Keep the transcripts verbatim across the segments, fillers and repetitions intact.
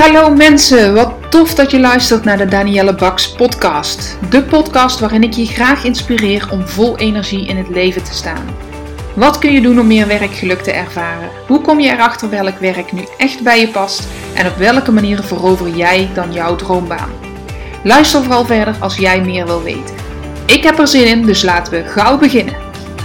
Hallo mensen, wat tof dat je luistert naar de Danielle Baks podcast. De podcast waarin ik je graag inspireer om vol energie in het leven te staan. Wat kun je doen om meer werkgeluk te ervaren? Hoe kom je erachter welk werk nu echt bij je past? En op welke manieren verover jij dan jouw droombaan? Luister vooral verder als jij meer wil weten. Ik heb er zin in, dus laten we gauw beginnen.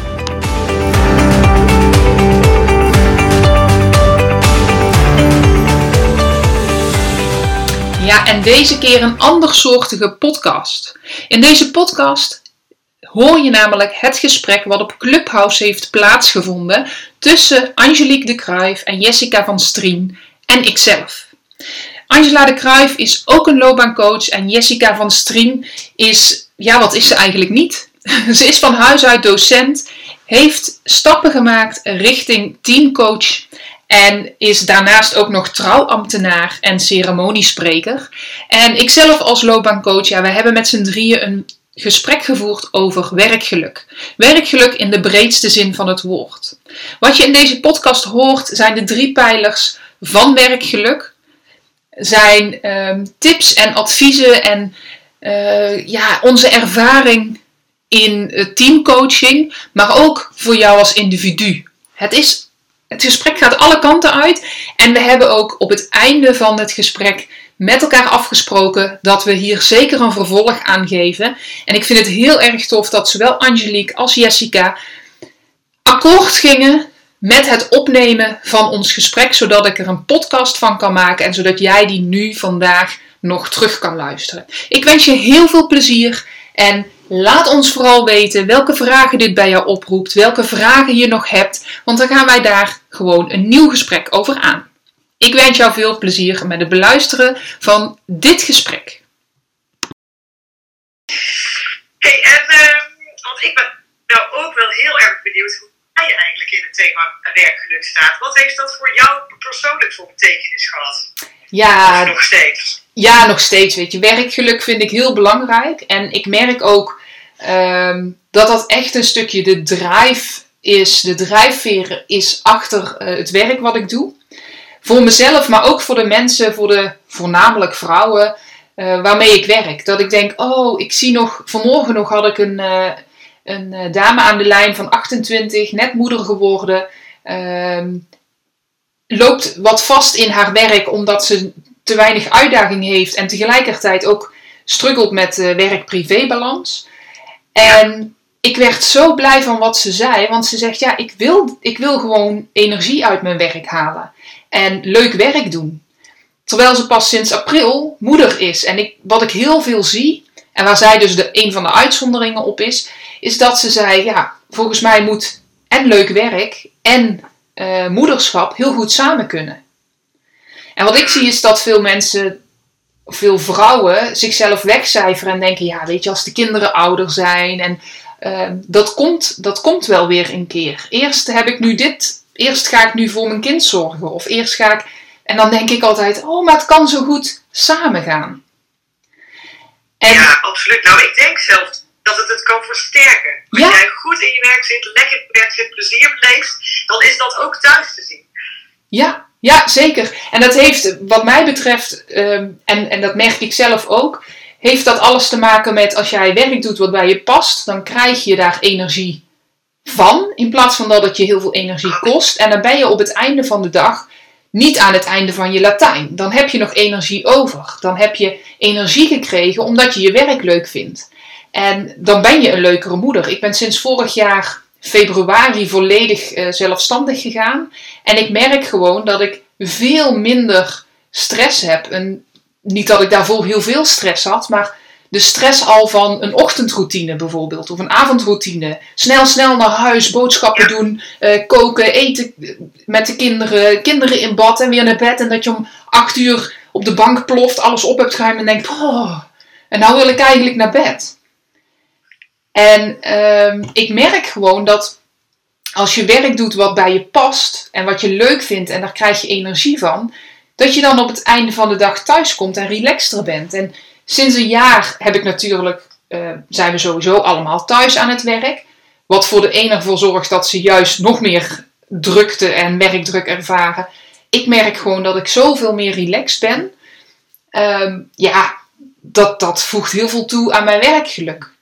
Ja, en deze keer een andersoortige podcast. In deze podcast hoor je namelijk het gesprek wat op Clubhouse heeft plaatsgevonden tussen Angelique de Cruijff en Jessica van Strien en ikzelf. Angela de Cruijff is ook een loopbaancoach en Jessica van Strien is, ja wat is ze eigenlijk niet? Ze is van huis uit docent, heeft stappen gemaakt richting teamcoach en is daarnaast ook nog trouwambtenaar en ceremoniespreker. En ikzelf als loopbaancoach, ja, we hebben met z'n drieën een gesprek gevoerd over werkgeluk. Werkgeluk in de breedste zin van het woord. Wat je in deze podcast hoort zijn de drie pijlers van werkgeluk. Zijn um, tips en adviezen en uh, ja, onze ervaring in uh, teamcoaching, maar ook voor jou als individu. Het is Het gesprek gaat alle kanten uit en we hebben ook op het einde van het gesprek met elkaar afgesproken dat we hier zeker een vervolg aan geven. En ik vind het heel erg tof dat zowel Angelique als Jessica akkoord gingen met het opnemen van ons gesprek, zodat ik er een podcast van kan maken en zodat jij die nu vandaag nog terug kan luisteren. Ik wens je heel veel plezier en laat ons vooral weten welke vragen dit bij jou oproept, welke vragen je nog hebt, want dan gaan wij daar gewoon een nieuw gesprek over aan. Ik wens jou veel plezier met het beluisteren van dit gesprek. Hey, en uh, want ik ben nou ook wel heel erg benieuwd hoe jij eigenlijk in het thema werkgeluk staat. Wat heeft dat voor jou persoonlijk voor betekenis gehad? Ja, of nog steeds? Ja, nog steeds. Weet je, werkgeluk vind ik heel belangrijk. En ik merk ook um, dat dat echt een stukje de drive is, de drijfveer is achter uh, het werk wat ik doe. Voor mezelf, maar ook voor de mensen, voor de voornamelijk vrouwen uh, waarmee ik werk. Dat ik denk, oh, ik zie nog, vanmorgen nog had ik een, uh, een uh, dame aan de lijn van achtentwintig, net moeder geworden. Uh, loopt wat vast in haar werk omdat ze te weinig uitdaging heeft en tegelijkertijd ook struggelt met uh, werk-privé-balans. En ik werd zo blij van wat ze zei, want ze zegt, ja, ik wil, ik wil gewoon energie uit mijn werk halen en leuk werk doen. Terwijl ze pas sinds april moeder is. En ik, wat ik heel veel zie, en waar zij dus de, een van de uitzonderingen op is, is dat ze zei, ja, volgens mij moet en leuk werk en uh, moederschap heel goed samen kunnen. En wat ik zie is dat veel mensen, veel vrouwen, zichzelf wegcijferen en denken, ja, weet je, als de kinderen ouder zijn en uh, dat komt, dat komt wel weer een keer. Eerst heb ik nu dit, eerst ga ik nu voor mijn kind zorgen of eerst ga ik, en dan denk ik altijd, oh, maar het kan zo goed samen gaan. En, ja, absoluut. Nou, ik denk zelfs dat het het kan versterken. Als ja. jij goed in je werk zit, lekker in je werk zit, plezier beleeft, dan is dat ook thuis te zien. Ja. Ja, zeker. En dat heeft wat mij betreft, um, en, en dat merk ik zelf ook, heeft dat alles te maken met als jij werk doet wat bij je past, dan krijg je daar energie van, in plaats van dat het je heel veel energie kost. En dan ben je op het einde van de dag niet aan het einde van je Latijn. Dan heb je nog energie over. Dan heb je energie gekregen omdat je je werk leuk vindt. En dan ben je een leukere moeder. Ik ben sinds vorig jaar februari volledig uh, zelfstandig gegaan. En ik merk gewoon dat ik veel minder stress heb. En niet dat ik daarvoor heel veel stress had, maar de stress al van een ochtendroutine bijvoorbeeld. Of een avondroutine. Snel, snel naar huis, boodschappen doen, uh, koken, eten met de kinderen. Kinderen in bad en weer naar bed. En dat je om acht uur op de bank ploft, alles op hebt geruimd en denkt, oh, en nou wil ik eigenlijk naar bed. En uh, ik merk gewoon dat als je werk doet wat bij je past en wat je leuk vindt en daar krijg je energie van, dat je dan op het einde van de dag thuis komt en relaxter bent. En sinds een jaar heb ik natuurlijk, uh, zijn we sowieso allemaal thuis aan het werk. Wat voor de een ervoor zorgt dat ze juist nog meer drukte en werkdruk ervaren. Ik merk gewoon dat ik zoveel meer relaxed ben. Um, ja, dat, dat voegt heel veel toe aan mijn werkgeluk.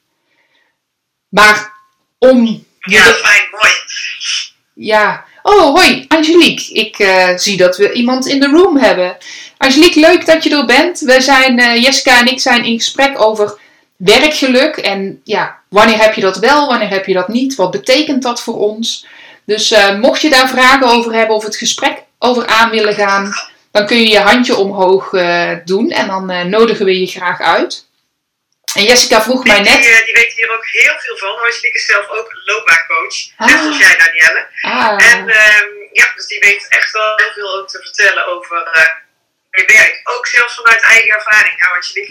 Maar om... Ja, de... fijn, mooi. Ja. Oh, hoi, Angelique. Ik uh, zie dat we iemand in de room hebben. Angelique, leuk dat je er bent. We zijn, uh, Jessica en ik zijn in gesprek over werkgeluk. En ja, wanneer heb je dat wel, wanneer heb je dat niet? Wat betekent dat voor ons? Dus uh, mocht je daar vragen over hebben of het gesprek over aan willen gaan, dan kun je je handje omhoog uh, doen en dan uh, nodigen we je graag uit. En Jessica vroeg mij net... Die, die weet hier ook heel veel van. Angelique is zelf ook een loopbaancoach. Ah. Net als jij, Danielle. Ah. En um, ja, dus die weet echt wel heel veel ook te vertellen over uh, je werk. Ook zelfs vanuit eigen ervaring. Nou, Angelique.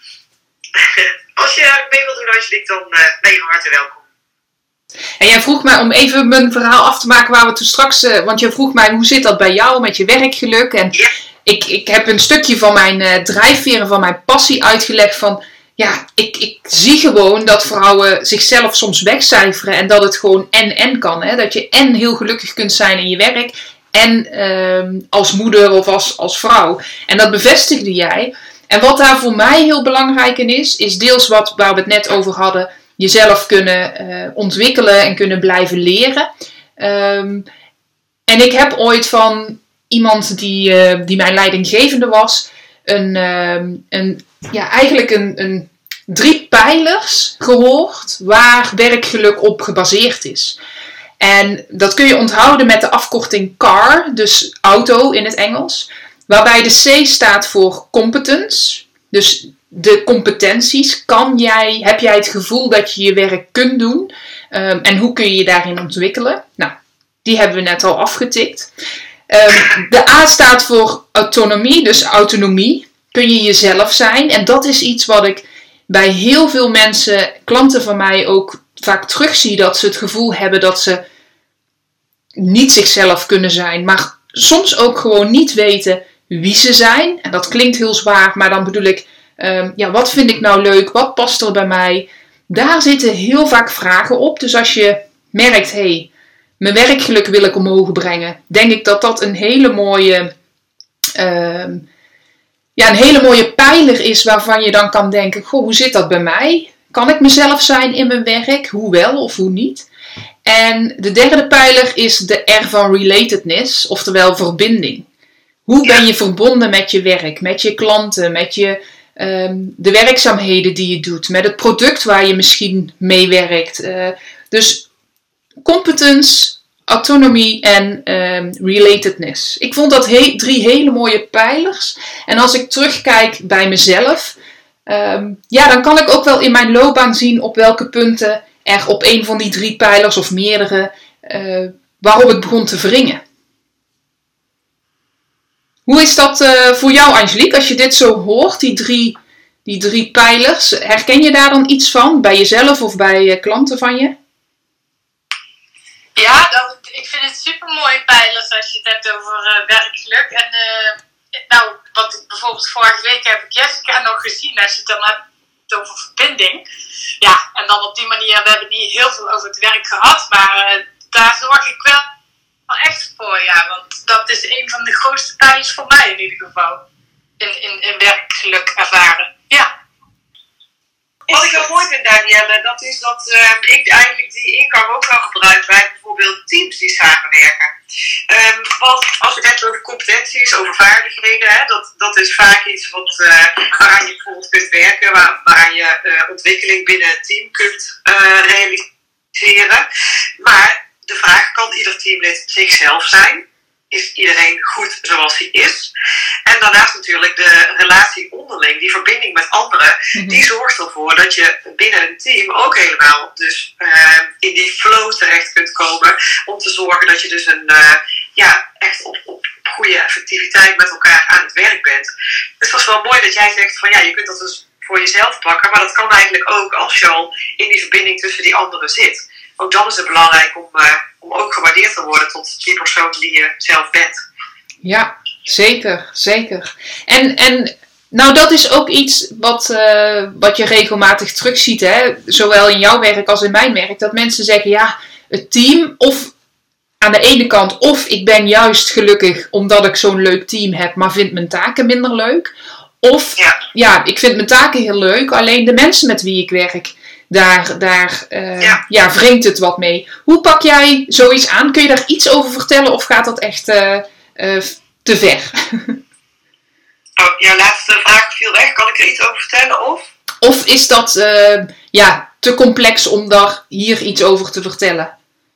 Als je mee wilt doen, Angelique, dan uh, ben je van harte welkom. En jij vroeg mij om even mijn verhaal af te maken waar we toen straks... Uh, want jij vroeg mij, hoe zit dat bij jou met je werkgeluk? En ja. ik, ik heb een stukje van mijn uh, drijfveren, van mijn passie uitgelegd van... Ja, ik, ik zie gewoon dat vrouwen zichzelf soms wegcijferen en dat het gewoon en-en kan. Hè? Dat je en heel gelukkig kunt zijn in je werk en uh, als moeder of als, als vrouw. En dat bevestigde jij. En wat daar voor mij heel belangrijk in is, is deels wat waar we het net over hadden. Jezelf kunnen uh, ontwikkelen en kunnen blijven leren. Um, en ik heb ooit van iemand die, uh, die mijn leidinggevende was, een, uh, een, ja, eigenlijk een, een drie pijlers gehoord waar werkgeluk op gebaseerd is. En dat kun je onthouden met de afkorting C A R, dus auto in het Engels. Waarbij de C staat voor competence. Dus de competenties. Kan jij, heb jij het gevoel dat je je werk kunt doen? Um, en hoe kun je je daarin ontwikkelen? Nou, die hebben we net al afgetikt. Um, de A staat voor autonomie, dus autonomie. Kun je jezelf zijn? En dat is iets wat ik bij heel veel mensen, klanten van mij ook vaak terugzie. Dat ze het gevoel hebben dat ze niet zichzelf kunnen zijn. Maar soms ook gewoon niet weten wie ze zijn. En dat klinkt heel zwaar, maar dan bedoel ik, um, ja, wat vind ik nou leuk? Wat past er bij mij? Daar zitten heel vaak vragen op. Dus als je merkt, hé, hey, mijn werkgeluk wil ik omhoog brengen. Denk ik dat dat een hele mooie, um, ja, een hele mooie pijler is waarvan je dan kan denken, goh, hoe zit dat bij mij? Kan ik mezelf zijn in mijn werk? Hoe wel of hoe niet? En de derde pijler is de R van relatedness, oftewel verbinding. Hoe ben je verbonden met je werk, met je klanten, met je, um, de werkzaamheden die je doet, met het product waar je misschien mee werkt. Uh, dus competence, autonomie en um, relatedness. Ik vond dat he- drie hele mooie pijlers. En als ik terugkijk bij mezelf, um, ja, dan kan ik ook wel in mijn loopbaan zien op welke punten er op een van die drie pijlers of meerdere, uh, waarop het begon te wringen. Hoe is dat uh, voor jou, Angelique, als je dit zo hoort, die drie, die drie pijlers? Herken je daar dan iets van, bij jezelf of bij uh, klanten van je? Ja, dat, ik vind het super mooie pijlers als je het hebt over uh, werkgeluk. En uh, nou, wat bijvoorbeeld vorige week heb ik Jessica nog gezien, als je het dan hebt over verbinding. Ja, en dan op die manier, we hebben niet heel veel over het werk gehad, maar uh, daar zorg ik wel echt voor, ja. Want dat is een van de grootste pijlers voor mij in ieder geval. In, in, in werkgeluk ervaren, ja. Wat ik wel mooi vind, Danielle, dat is dat uh, ik eigenlijk die ingang ook wel gebruik bij bijvoorbeeld teams die samenwerken. Um, want als je het hebt over competenties, over vaardigheden, hè, dat, dat is vaak iets wat, uh, waaraan je bijvoorbeeld kunt werken, waar, waaraan je uh, ontwikkeling binnen een team kunt uh, realiseren. Maar de vraag, kan ieder teamlid zichzelf zijn? Is iedereen goed zoals hij is? En daarnaast natuurlijk de relatie onderling, die verbinding met anderen, mm-hmm. die zorgt ervoor dat je binnen een team ook helemaal dus uh, in die flow terecht kunt komen, om te zorgen dat je dus een, uh, ja, echt op, op goede effectiviteit met elkaar aan het werk bent. Dus het was wel mooi dat jij zegt van ja, je kunt dat dus voor jezelf pakken, maar dat kan eigenlijk ook als je al in die verbinding tussen die anderen zit. Ook dan is het belangrijk om, uh, om ook gewaardeerd te worden tot die persoon die je zelf bent. Ja, zeker, zeker. En, en nou, dat is ook iets wat, uh, wat je regelmatig terugziet, hè? Zowel in jouw werk als in mijn werk. Dat mensen zeggen, ja, het team, of aan de ene kant, of ik ben juist gelukkig omdat ik zo'n leuk team heb, maar vind mijn taken minder leuk. Of, Ja. ja, ik vind mijn taken heel leuk, alleen de mensen met wie ik werk, daar, daar uh, ja. ja, wringt het wat mee. Hoe pak jij zoiets aan? Kun je daar iets over vertellen of gaat dat echt uh, uh, te ver? Oh, jouw laatste vraag viel weg. Kan ik er iets over vertellen? Of, of is dat uh, ja, te complex om daar hier iets over te vertellen?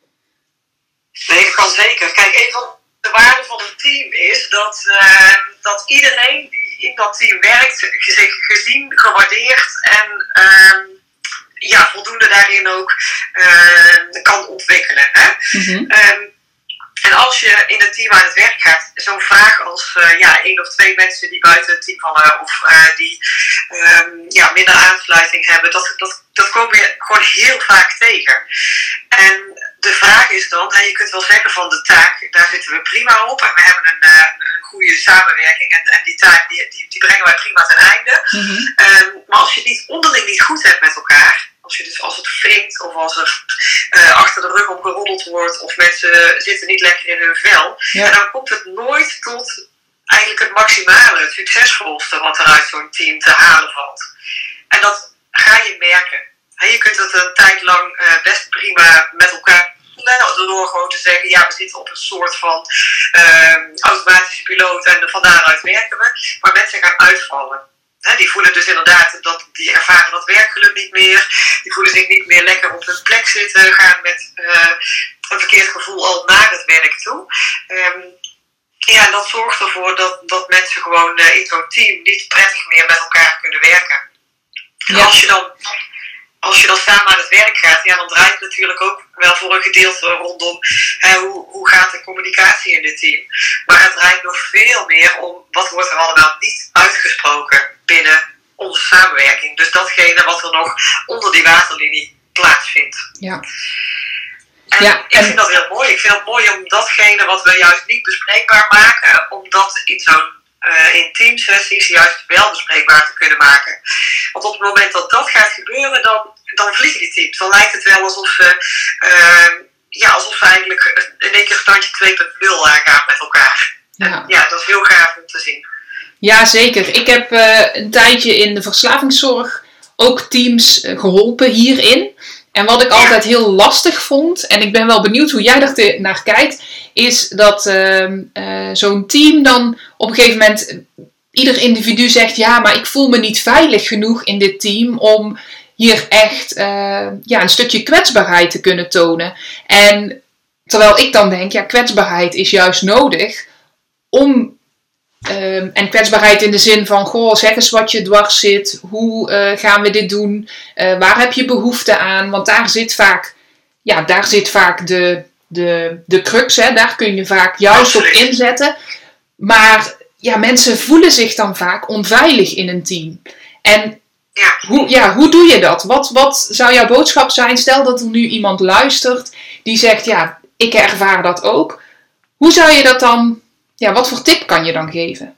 Nee, dat kan zeker. Kijk, een van de waarden van een team is dat, uh, dat iedereen die in dat team werkt zich gezien, gewaardeerd en uh, ja, voldoende daarin ook uh, kan ontwikkelen. Hè? Mm-hmm. Um, en als je in een team aan het werk gaat, zo'n vraag als uh, ja, één of twee mensen die buiten het team vallen of uh, die um, ja, minder aansluiting hebben, dat, dat, dat kom je gewoon heel vaak tegen. En de vraag is dan, hè, je kunt wel zeggen van de taak, daar zitten we prima op en we hebben een, uh, een goede samenwerking en, en die taak die, die, die brengen wij prima ten einde. Mm-hmm. Um, maar als je het niet onderling niet goed hebt met elkaar, als, je dus, als het wringt of als er uh, achter de rug op geroddeld wordt of mensen zitten niet lekker in hun vel, ja. En dan komt het nooit tot eigenlijk het maximale, het succesvolste wat er uit zo'n team te halen valt. En dat ga je merken. He, je kunt het een tijd lang uh, best prima met elkaar doen, door gewoon te zeggen, ja, we zitten op een soort van uh, automatische piloot en van daaruit werken we. Maar mensen gaan uitvallen. He, die voelen dus inderdaad, dat, die ervaren dat werkgeluk niet meer. Die voelen zich niet meer lekker op hun plek zitten, gaan met uh, een verkeerd gevoel al naar het werk toe. Um, ja, en dat zorgt ervoor dat, dat mensen gewoon uh, in zo'n team niet prettig meer met elkaar kunnen werken. En ja. als je dan... Als je dan samen aan het werk gaat, ja, dan draait het natuurlijk ook wel voor een gedeelte rondom hè, hoe, hoe gaat de communicatie in dit team. Maar het draait nog veel meer om wat wordt er allemaal niet uitgesproken binnen onze samenwerking. Dus datgene wat er nog onder die waterlinie plaatsvindt. Ja. En ja, ik vind dat heel mooi. Ik vind het mooi om datgene wat we juist niet bespreekbaar maken, om dat in zo'n Uh, in teamsessies juist wel bespreekbaar te kunnen maken. Want op het moment dat dat gaat gebeuren, dan, dan vliegen die teams. Dan lijkt het wel alsof ze, uh, ja, alsof ze eigenlijk in één keer standje twee punt nul aangaan met elkaar. Ja. En ja, dat is heel gaaf om te zien. Ja, zeker. Ik heb uh, een tijdje in de verslavingszorg ook teams uh, geholpen hierin. En wat ik ja. altijd heel lastig vond, en ik ben wel benieuwd hoe jij daar naar kijkt, is dat uh, uh, zo'n team dan op een gegeven moment, ieder individu zegt, ja, maar ik voel me niet veilig genoeg in dit team om hier echt uh, ja, een stukje kwetsbaarheid te kunnen tonen. En terwijl ik dan denk, ja, kwetsbaarheid is juist nodig om... Um, en kwetsbaarheid in de zin van, goh, zeg eens wat je dwars zit. Hoe uh, gaan we dit doen? Uh, waar heb je behoefte aan? Want daar zit vaak, ja, daar zit vaak de, de, de crux. Hè? Daar kun je vaak juist op inzetten. Maar ja, mensen voelen zich dan vaak onveilig in een team. En ja. Hoe, ja, hoe doe je dat? Wat, wat zou jouw boodschap zijn? Stel dat er nu iemand luistert die zegt, ja, ik ervaar dat ook. Hoe zou je dat dan... Ja, wat voor tip kan je dan geven?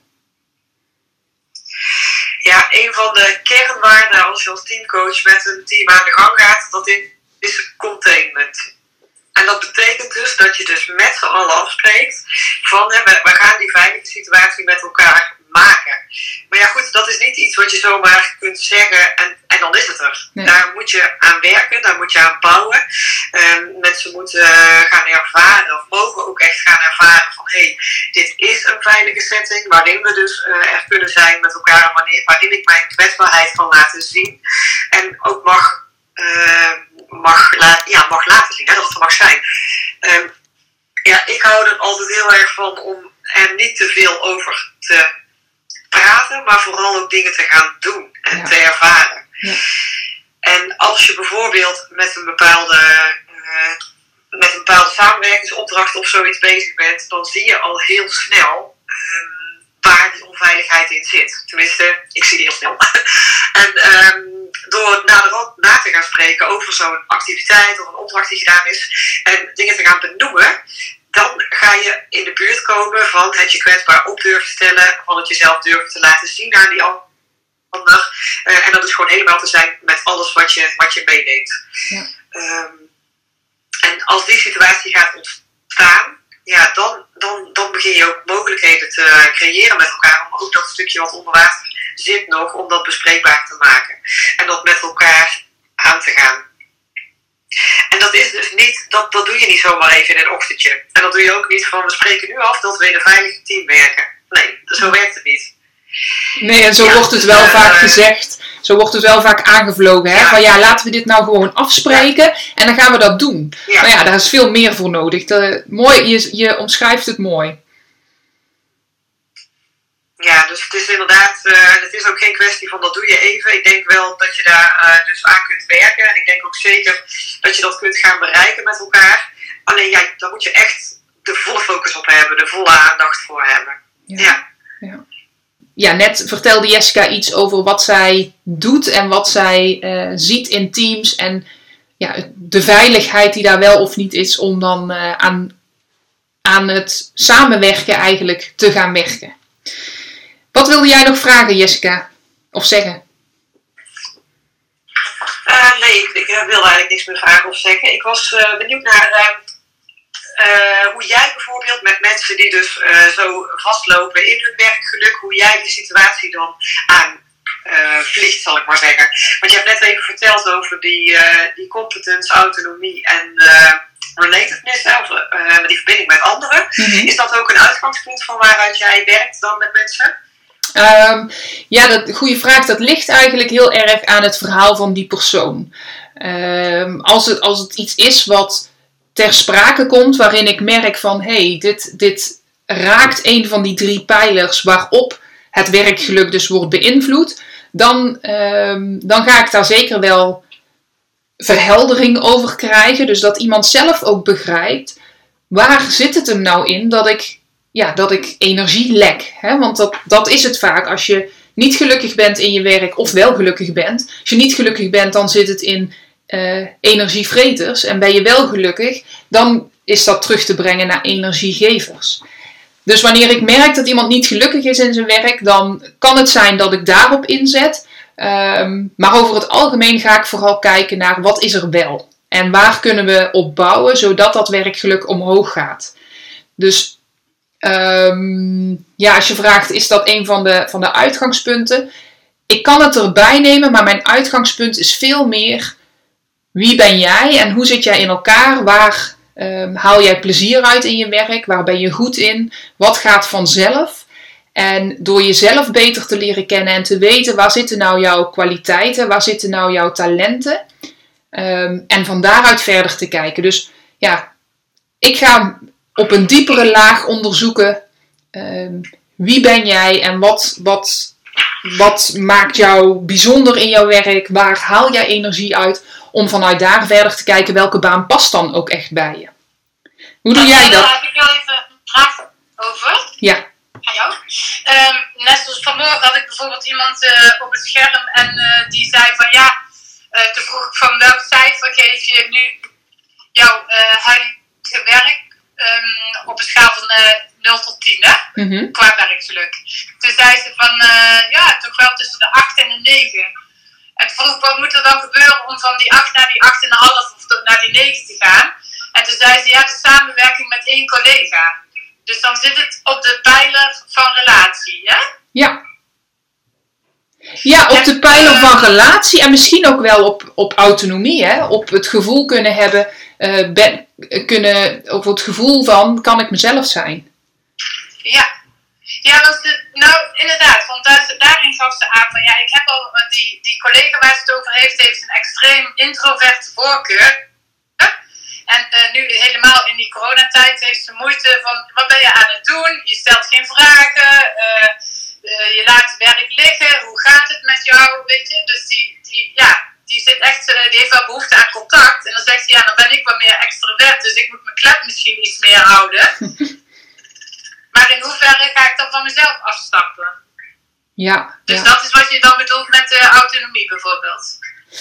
Ja, een van de kernwaarden als je als teamcoach met een team aan de gang gaat, dat is containment. En dat betekent dus dat je dus met z'n allen afspreekt van, hè, we gaan die veilige situatie met elkaar maken. Maar ja goed, dat is niet iets wat je zomaar kunt zeggen en, en dan is het er. Nee. Daar moet je aan werken, daar moet je aan bouwen. Um, mensen moeten uh, gaan ervaren, of mogen ook echt gaan ervaren van, hé, hey, dit is een veilige setting waarin we dus uh, er kunnen zijn met elkaar, wanneer, waarin ik mijn kwetsbaarheid kan laten zien. En ook mag, uh, mag, la- ja, mag laten zien, hè, dat het er mag zijn. Um, ja, ik hou er altijd heel erg van om er niet te veel over te praten, maar vooral ook dingen te gaan doen en ja. te ervaren. Ja. En als je bijvoorbeeld met een bepaalde uh, met een bepaalde samenwerkingsopdracht of zoiets bezig bent, dan zie je al heel snel um, waar die onveiligheid in zit. Tenminste, ik zie die heel snel. en um, door naderhand na te gaan spreken over zo'n activiteit of een opdracht die gedaan is en dingen te gaan benoemen, dan ga je in de buurt komen van het je kwetsbaar op durven stellen, van het jezelf durven te laten zien aan die ander. Uh, en dat is gewoon helemaal te zijn met alles wat je, wat je meeneemt. Ja. Um, en als die situatie gaat ontstaan, ja, dan, dan, dan begin je ook mogelijkheden te creëren met elkaar. Om ook dat stukje wat onder water zit nog, om dat bespreekbaar te maken. En dat met elkaar aan te gaan. En dat is dus niet, dat, dat doe je niet zomaar even in een ochtendje. En dat doe je ook niet van, we spreken nu af dat we in een veilig team werken. Nee, zo werkt het niet. Nee, en zo ja, wordt het wel uh, vaak gezegd. Zo wordt het wel vaak aangevlogen. Hè? Ja. Van ja, laten we dit nou gewoon afspreken. Ja. En dan gaan we dat doen. Ja. Maar ja, daar is veel meer voor nodig. De, mooi, je, je omschrijft het mooi. Ja, dus het is inderdaad, uh, het is ook geen kwestie van dat doe je even. Ik denk wel dat je daar uh, dus aan kunt werken. En ik denk ook zeker dat je dat kunt gaan bereiken met elkaar. Alleen ja, daar moet je echt de volle focus op hebben. De volle aandacht voor hebben. Ja. Ja. ja. Ja, net vertelde Jessica iets over wat zij doet en wat zij uh, ziet in teams. En ja, de veiligheid die daar wel of niet is om dan uh, aan, aan het samenwerken eigenlijk te gaan werken. Wat wilde jij nog vragen, Jessica? Of zeggen? Uh, nee, ik, ik wilde eigenlijk niks meer vragen of zeggen. Ik was uh, benieuwd naar uh, uh, hoe jij bijvoorbeeld met mensen die dus uh, zo vastlopen in hun werkgeluk, hoe jij die situatie dan aan uh, vliegt, zal ik maar zeggen. Want je hebt net even verteld over die, uh, die competence, autonomie en uh, relatedness, of uh, die verbinding met anderen. Mm-hmm. Is dat ook een uitgangspunt van waaruit jij werkt dan met mensen? Um, ja, dat goede vraag. Dat ligt eigenlijk heel erg aan het verhaal van die persoon. Um, als, het, als het iets is wat ter sprake komt, waarin ik merk van, hé, hey, dit, dit raakt een van die drie pijlers waarop het werkgeluk dus wordt beïnvloed, dan, um, dan ga ik daar zeker wel verheldering over krijgen. Dus dat iemand zelf ook begrijpt, waar zit het hem nou in dat ik Ja, dat ik energie lek. Hè? Want dat, dat is het vaak. Als je niet gelukkig bent in je werk of wel gelukkig bent. Als je niet gelukkig bent, dan zit het in uh, energievreters. En ben je wel gelukkig, dan is dat terug te brengen naar energiegevers. Dus wanneer ik merk dat iemand niet gelukkig is in zijn werk, dan kan het zijn dat ik daarop inzet. Um, maar over het algemeen ga ik vooral kijken naar wat is er wel. En waar kunnen we op bouwen, zodat dat werkgeluk omhoog gaat. Dus Um, ja, als je vraagt, is dat een van de, van de uitgangspunten? Ik kan het erbij nemen, maar mijn uitgangspunt is veel meer, wie ben jij en hoe zit jij in elkaar? Waar um, haal jij plezier uit in je werk? Waar ben je goed in? Wat gaat vanzelf? En door jezelf beter te leren kennen en te weten, waar zitten nou jouw kwaliteiten? Waar zitten nou jouw talenten? Um, en van daaruit verder te kijken. Dus ja, ik ga op een diepere laag onderzoeken, uh, wie ben jij en wat, wat, wat maakt jou bijzonder in jouw werk, waar haal jij energie uit, om vanuit daar verder te kijken welke baan past dan ook echt bij je. Hoe doe jij dat? Daar heb ik wel even een vraag over. Ja. Aan jou. Um, net zoals vanmorgen had ik bijvoorbeeld iemand uh, op het scherm en uh, die zei van ja, uh, toen vroeg ik van welk cijfer geef je nu jouw uh, huidige werk? Um, op een schaal van uh, nul tot tien, hè? Mm-hmm. Qua werkgeluk. Toen zei ze van, uh, ja, toch wel tussen de acht en de negen. En toen vroeg ik, wat moet er dan gebeuren om van die acht naar die acht komma vijf of naar die negen te gaan? En toen zei ze, ja, de samenwerking met één collega. Dus dan zit het op de pijler van relatie, hè? Ja. Ja, op de pijler van relatie en misschien ook wel op, op autonomie, hè? Op het gevoel kunnen hebben, uh, ben, kunnen, op het gevoel van, kan ik mezelf zijn? Ja, ja want de, nou inderdaad, want daar, daarin gaf ze aan van, ja, ik heb al, die, die collega waar ze het over heeft, heeft een extreem introverte voorkeur. En uh, nu helemaal in die coronatijd heeft ze moeite van, wat ben je aan het doen? Je stelt geen vragen, uh, uh, je laat het werk liggen, hoe gaat het met jou, weet je? Dus die, die, ja, die, zit echt, uh, die heeft wel behoefte aan contact. En dan zegt ze, ja, dan ben ik wat meer extrovert, dus ik moet mijn klep misschien iets meer houden. Maar in hoeverre ga ik dan van mezelf afstappen? Ja. Dus ja. dat is wat je dan bedoelt met uh, autonomie bijvoorbeeld?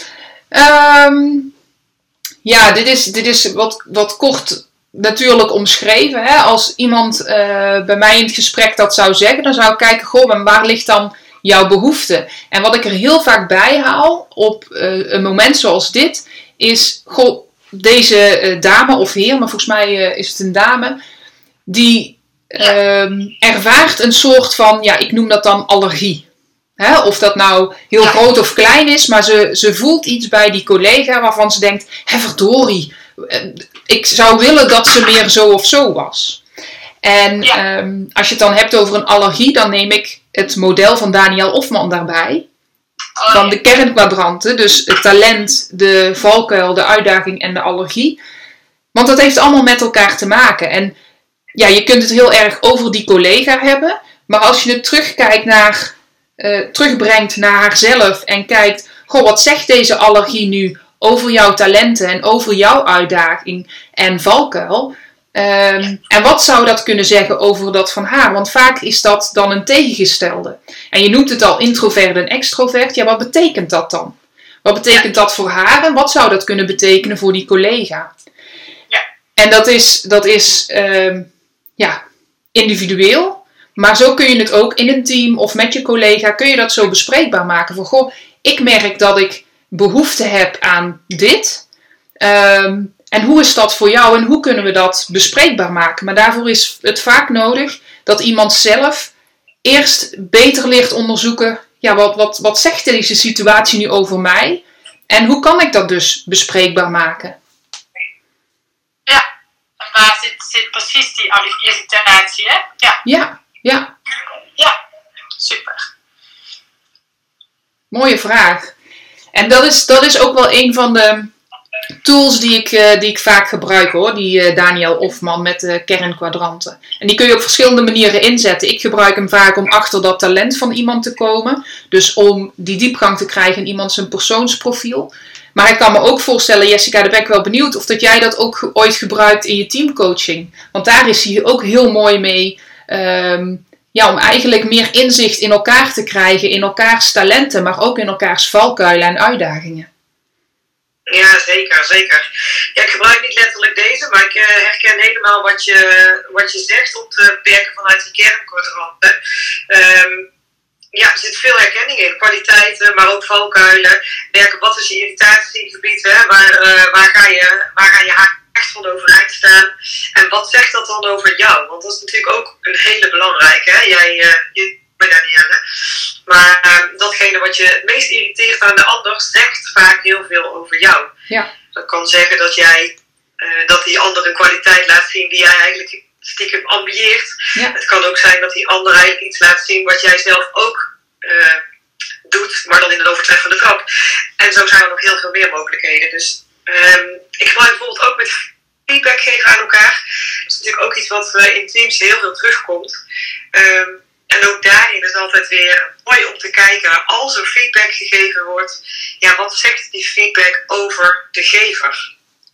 Um... Ja, dit is, dit is wat, wat kort natuurlijk omschreven. Hè? Als iemand uh, bij mij in het gesprek dat zou zeggen, dan zou ik kijken, goh, maar waar ligt dan jouw behoefte? En wat ik er heel vaak bij haal op uh, een moment zoals dit, is, goh, deze uh, dame of heer, maar volgens mij uh, is het een dame, die um, ervaart een soort van, ja, ik noem dat dan allergie. Hè? Of dat nou heel ja. groot of klein is, maar ze, ze voelt iets bij die collega waarvan ze denkt, hé verdorie, ik zou willen dat ze meer zo of zo was. En ja. um, als je het dan hebt over een allergie, dan neem ik het model van Daniel Ofman daarbij. Oh, van ja. de kernkwadranten, dus het talent, de valkuil, de uitdaging en de allergie. Want dat heeft allemaal met elkaar te maken. En ja, je kunt het heel erg over die collega hebben, maar als je het terugkijkt naar, uh, terugbrengt naar haarzelf en kijkt, goh, wat zegt deze allergie nu over jouw talenten en over jouw uitdaging en valkuil? Um, en wat zou dat kunnen zeggen over dat van haar? Want vaak is dat dan een tegengestelde. En je noemt het al introvert en extrovert. Ja, wat betekent dat dan? Wat betekent dat voor haar en wat zou dat kunnen betekenen voor die collega? Ja. En dat is, dat is um, ja, individueel. Maar zo kun je het ook in een team of met je collega, kun je dat zo bespreekbaar maken. Van, goh, ik merk dat ik behoefte heb aan dit. Um, En hoe is dat voor jou en hoe kunnen we dat bespreekbaar maken? Maar daarvoor is het vaak nodig dat iemand zelf eerst beter leert onderzoeken. Ja, wat, wat, wat zegt deze situatie nu over mij? En hoe kan ik dat dus bespreekbaar maken? Ja, en waar zit, zit precies die irritatie, hè? Ja. Ja, ja. Ja, super. Mooie vraag. En dat is, dat is ook wel een van de tools die ik, uh, die ik vaak gebruik hoor, die uh, Daniel Ofman met de kernkwadranten. En die kun je op verschillende manieren inzetten. Ik gebruik hem vaak om achter dat talent van iemand te komen. Dus om die diepgang te krijgen in iemand zijn persoonsprofiel. Maar ik kan me ook voorstellen, Jessica, daar ben ik wel benieuwd of dat jij dat ook ooit gebruikt in je teamcoaching. Want daar is hij ook heel mooi mee. Um, ja, om eigenlijk meer inzicht in elkaar te krijgen, in elkaars talenten, maar ook in elkaars valkuilen en uitdagingen. Ja, zeker, zeker. Ja, ik gebruik niet letterlijk deze, maar ik uh, herken helemaal wat je, wat je zegt op te werken vanuit die kernkwadranten. Um, ja, er zit veel herkenning in. Kwaliteiten, maar ook valkuilen. Werken, wat is je irritatiegebied? Hè? Waar, uh, waar, ga je, waar ga je echt van overeind staan? En wat zegt dat dan over jou? Want dat is natuurlijk ook een hele belangrijke. Hè? Jij, uh, je bij Danielle. Maar uh, datgene wat je het meest irriteert aan de ander, zegt vaak heel veel over jou. Ja. Dat kan zeggen dat jij, uh, dat die ander een kwaliteit laat zien die jij eigenlijk stiekem ambieert. Ja. Het kan ook zijn dat die ander eigenlijk iets laat zien wat jij zelf ook uh, doet, maar dan in een overtreffende trap. En zo zijn er nog heel veel meer mogelijkheden. Dus um, ik gebruik bijvoorbeeld ook met feedback geven aan elkaar. Dat is natuurlijk ook iets wat uh, in teams heel veel terugkomt. Um, En ook daarin is altijd weer mooi om te kijken, als er feedback gegeven wordt, ja, wat zegt die feedback over de gever?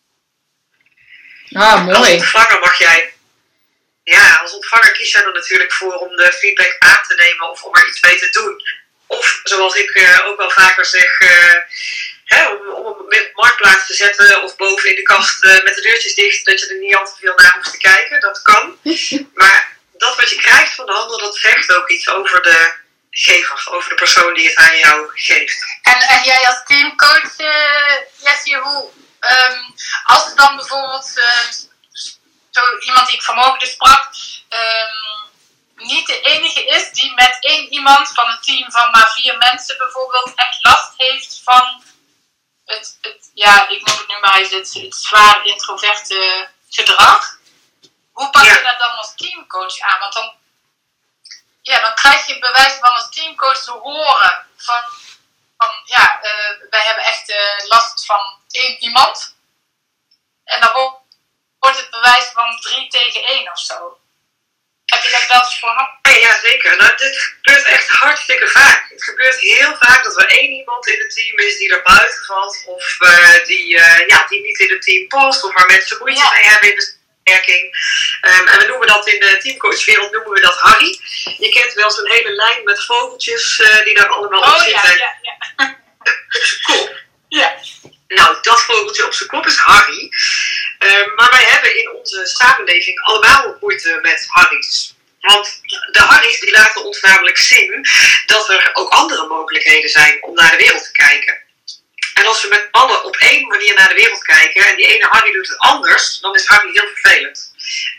Ah, mooi. Als ontvanger mag jij, ja, als ontvanger kies jij er natuurlijk voor om de feedback aan te nemen of om er iets mee te doen. Of, zoals ik uh, ook wel vaker zeg, uh, hè, om, om hem op marktplaats te zetten of boven in de kast uh, met de deurtjes dicht, dat je er niet al te veel naar hoeft te kijken, dat kan. Maar dat wat je krijgt van de ander, dat zegt ook iets over de gever, over de persoon die het aan jou geeft. En, en jij als teamcoach, uh, Jessie, hoe, um, als er dan bijvoorbeeld uh, zo iemand die ik vanmorgen dus sprak, um, niet de enige is die met één iemand van een team van maar vier mensen bijvoorbeeld echt last heeft van het, het ja, ik noem het nu maar eens het, het zwaar introverte gedrag. Hoe pak je ja. dat dan als teamcoach aan? Want dan, ja, dan krijg je bewijs van als teamcoach te horen van, van ja, uh, wij hebben echt uh, last van één iemand. En dan wordt het bewijs van drie tegen één of zo. Heb je dat wel eens voor? Ja, zeker. Nou, dit gebeurt echt hartstikke vaak. Het gebeurt heel vaak dat er één iemand in het team is die er buiten valt. Of uh, die, uh, ja, die niet in het team past. Of waar mensen moeite ja. mee hebben in de werking. Um, en we noemen dat in de teamcoachwereld noemen we dat Harry. Je kent wel zo'n hele lijn met vogeltjes uh, die daar allemaal oh, op zitten. Ja, ja, ja. Kop. Ja. Nou, dat vogeltje op zijn kop is Harry. Um, maar wij hebben in onze samenleving allemaal moeite met Harry's. Want de Harry's die laten ons namelijk zien dat er ook andere mogelijkheden zijn om naar de wereld te kijken. En als we met allen op één manier naar de wereld kijken en die ene Harry doet het anders, dan is Harry heel vervelend.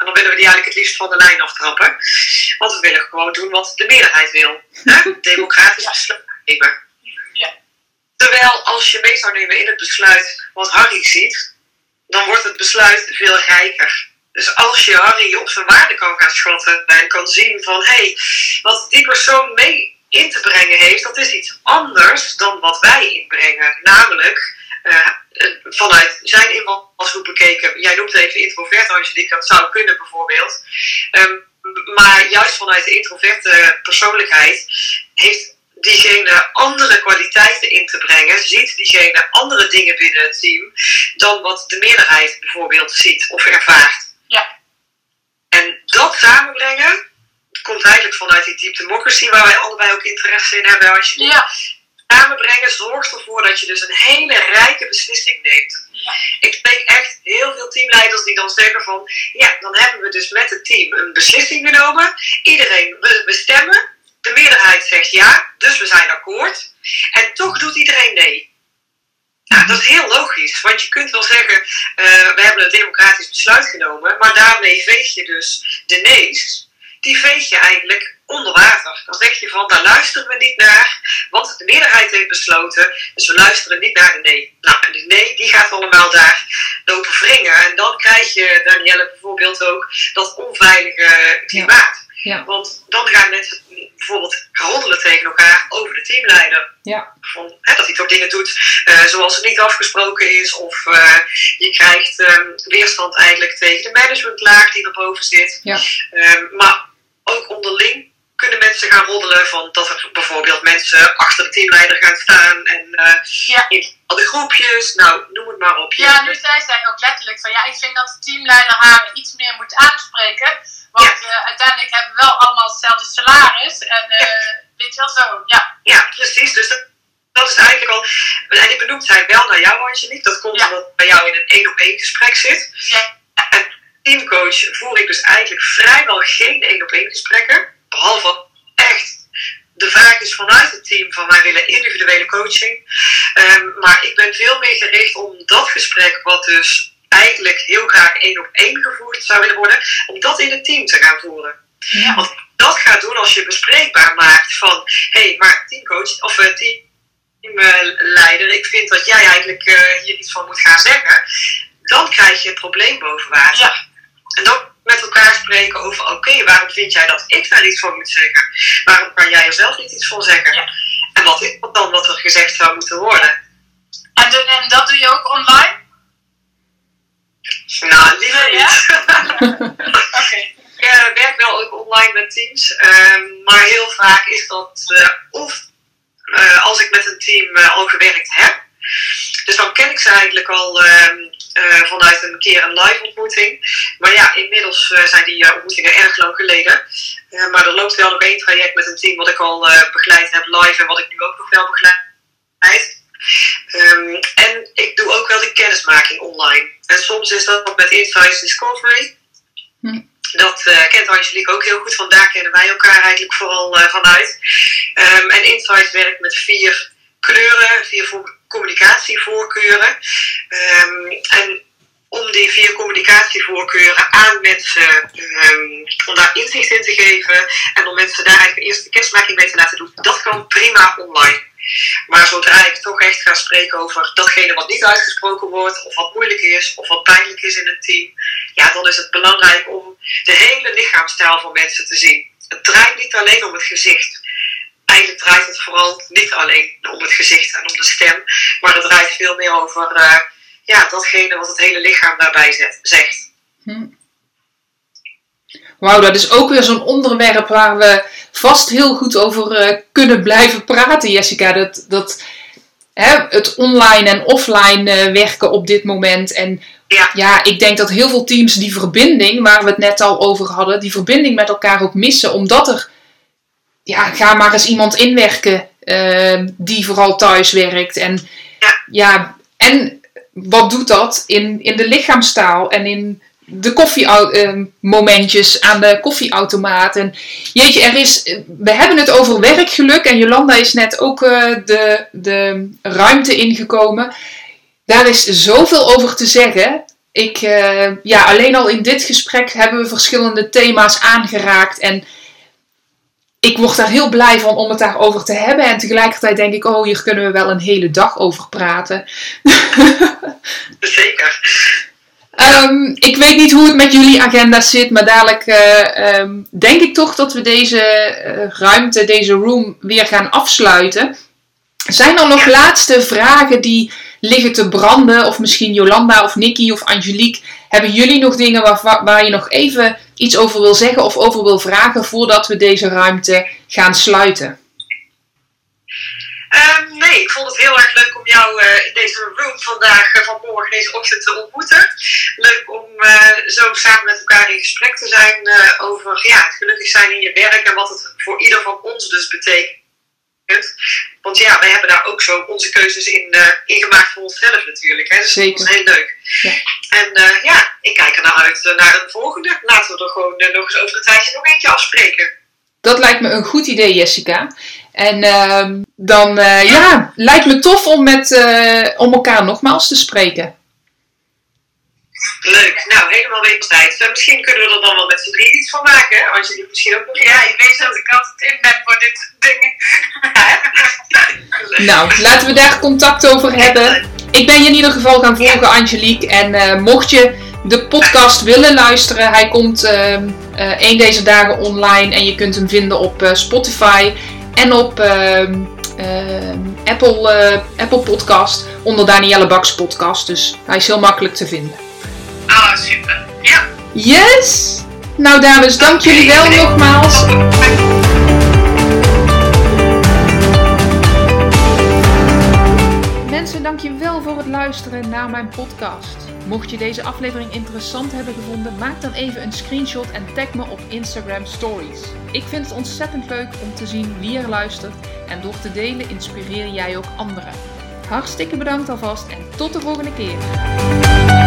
En dan willen we die eigenlijk het liefst van de lijn aftrappen. Want we willen gewoon doen wat de meerderheid wil. Hè? Democratisch besluit nemen. Ja. Terwijl als je mee zou nemen in het besluit wat Harry ziet, dan wordt het besluit veel rijker. Dus als je Harry op zijn waarde kan gaan schatten en kan zien van hé, hey, wat die persoon mee in te brengen heeft, dat is iets anders dan wat wij inbrengen. Namelijk, uh, vanuit zijn invalshoek bekeken, jij noemt even introvert, Angelique, dat zou kunnen bijvoorbeeld. Um, maar juist vanuit de introverte persoonlijkheid heeft diegene andere kwaliteiten in te brengen, ziet diegene andere dingen binnen het team dan wat de meerderheid bijvoorbeeld ziet of ervaart. Ja. En dat samenbrengen komt eigenlijk vanuit die deep democracy waar wij allebei ook interesse in hebben. Als je Ja. samenbrengen zorgt ervoor dat je dus een hele rijke beslissing neemt. Ja. Ik spreek echt heel veel teamleiders die dan zeggen van ja, dan hebben we dus met het team een beslissing genomen. Iedereen, we, we stemmen. De meerderheid zegt ja, dus we zijn akkoord. En toch doet iedereen nee. Nou, dat is heel logisch, want je kunt wel zeggen, uh, we hebben een democratisch besluit genomen, maar daarmee veeg je dus de nee's, die veeg je eigenlijk onder water. Dan zeg je van, daar luisteren we niet naar, want de meerderheid heeft besloten, dus we luisteren niet naar de nee. Nou, en de nee, die gaat allemaal daar lopen wringen. En dan krijg je, Danielle, bijvoorbeeld ook dat onveilige klimaat. Ja. Ja. Want dan gaan mensen bijvoorbeeld roddelen tegen elkaar over de teamleider. Ja. Van, hè, dat hij toch dingen doet uh, zoals het niet afgesproken is. Of uh, je krijgt um, weerstand eigenlijk tegen de managementlaag die erboven zit. Ja. Um, maar ook onderling kunnen mensen gaan roddelen van dat er bijvoorbeeld mensen achter de teamleider gaan staan. En uh, Ja. in de groepjes, nou noem het maar op. Ja, nu zei zij ook letterlijk van ja, ik vind dat de teamleider haar iets meer moet aanspreken. Want Ja. uh, uiteindelijk hebben we wel allemaal hetzelfde salaris. En uh, weet je wel zo, ja. Ja, precies. Dus dat, dat is eigenlijk al... En ik benoemd zij wel naar jou, Angelique. Dat komt Ja. omdat ik bij jou in een één op één gesprek zit. Ja. En teamcoach voer ik dus eigenlijk vrijwel geen één op één gesprekken. Behalve echt... De vraag is vanuit het team van wij willen individuele coaching. Um, maar ik ben veel meer gericht om dat gesprek, wat dus eigenlijk heel graag één op één gevoerd zou willen worden, om dat in het team te gaan voeren. Ja. Want dat gaat doen als je bespreekbaar maakt van, hé, hey, maar teamcoach of uh, teamleider, ik vind dat jij eigenlijk uh, hier iets van moet gaan zeggen. Dan krijg je het probleem boven water. Ja. En dan met elkaar spreken over, oké, okay, waarom vind jij dat ik daar iets van moet zeggen? Waarom kan jij er zelf niet iets van zeggen? Ja. En wat is dan wat er gezegd zou moeten worden? En, de, en dat doe je ook online? Nou, liever Ja? niet. Oké. Okay. Ik uh, werk wel ook online met teams, uh, maar heel vaak is dat uh, of uh, als ik met een team uh, al gewerkt heb. Dus dan ken ik ze eigenlijk al uh, uh, vanuit een keer een live ontmoeting. Maar ja, inmiddels uh, zijn die uh, ontmoetingen erg lang geleden. Uh, maar er loopt wel nog één traject met een team wat ik al uh, begeleid heb live en wat ik nu ook nog wel begeleid. Um, en ik doe ook wel de kennismaking online. En soms is dat met Insights Discovery. Hm. Dat uh, kent Angelique ook heel goed, vandaar kennen wij elkaar eigenlijk vooral uh, vanuit. Um, en Insights werkt met vier kleuren, vier vo- communicatievoorkeuren. Um, en om die vier communicatievoorkeuren aan mensen, um, om daar inzicht in te geven en om mensen daar eigenlijk eerst de kennismaking mee te laten doen, dat kan prima online. Maar zodra ik toch echt ga spreken over datgene wat niet uitgesproken wordt, of wat moeilijk is, of wat pijnlijk is in het team, ja, dan is het belangrijk om de hele lichaamstaal van mensen te zien. Het draait niet alleen om het gezicht. Eigenlijk draait het vooral niet alleen om het gezicht en om de stem, maar het draait veel meer over uh, ja, datgene wat het hele lichaam daarbij zet, zegt. Hm. Wauw, dat is ook weer zo'n onderwerp waar we vast heel goed over uh, kunnen blijven praten, Jessica. Dat, dat, hè, het online en offline uh, werken op dit moment. En Ja. ja, ik denk dat heel veel teams die verbinding, waar we het net al over hadden, die verbinding met elkaar ook missen. Omdat er, ja, ga maar eens iemand inwerken uh, die vooral thuis werkt. En Ja. ja, en wat doet dat in, in de lichaamstaal en in de koffiemomentjes aan de koffieautomaat. En jeetje, er is, we hebben het over werkgeluk en Jolanda is net ook uh, de, de ruimte ingekomen. Daar is zoveel over te zeggen. ik, uh, ja, alleen al in dit gesprek hebben we verschillende thema's aangeraakt. En ik word daar heel blij van om het daarover te hebben. En tegelijkertijd denk ik, oh, hier kunnen we wel een hele dag over praten. Zeker. Um, ik weet niet hoe het met jullie agenda zit, maar dadelijk uh, um, denk ik toch dat we deze uh, ruimte, deze room weer gaan afsluiten. Zijn er nog ja. laatste vragen die liggen te branden? Of misschien Jolanda of Nikki of Angelique. Hebben jullie nog dingen waar, waar je nog even iets over wil zeggen of over wil vragen voordat we deze ruimte gaan sluiten? Um, nee, ik vond het heel erg leuk om jou uh, in deze room vandaag, uh, vanmorgen, deze ochtend te ontmoeten. Leuk om uh, zo samen met elkaar in gesprek te zijn uh, over ja, het gelukkig zijn in je werk en wat het voor ieder van ons dus betekent. Want ja, wij hebben daar ook zo onze keuzes in, uh, in gemaakt voor onszelf natuurlijk. Hè? Dus Zeker. Dat is heel leuk. Ja. En uh, ja, ik kijk er naar uit uh, naar een volgende. Laten we er gewoon uh, nog eens over een tijdje nog eentje afspreken. Dat lijkt me een goed idee, Jessica. En uh, dan uh, ja. ja, lijkt me tof om, met, uh, om elkaar nogmaals te spreken. Leuk, nou helemaal wederzijds. Uh, misschien kunnen we er dan wel met z'n drie iets van maken, hè? Als jullie misschien ook nog. Ja, je weet dat ik altijd in ben voor dit soort dingen. Nou, laten we daar contact over hebben. Ik ben je in ieder geval gaan volgen, ja. Angelique. En uh, mocht je de podcast willen luisteren, hij komt uh, uh, een deze dagen online. En je kunt hem vinden op uh, Spotify en op uh, uh, Apple, uh, Apple Podcast onder Danielle Baks Podcast. Dus hij is heel makkelijk te vinden. Ah, super. Ja. Yes! Nou dames, dank okay. jullie wel nogmaals. Mensen, dank je wel voor het luisteren naar mijn podcast. Mocht je deze aflevering interessant hebben gevonden, maak dan even een screenshot en tag me op Instagram Stories. Ik vind het ontzettend leuk om te zien wie er luistert en door te delen inspireer jij ook anderen. Hartstikke bedankt alvast en tot de volgende keer.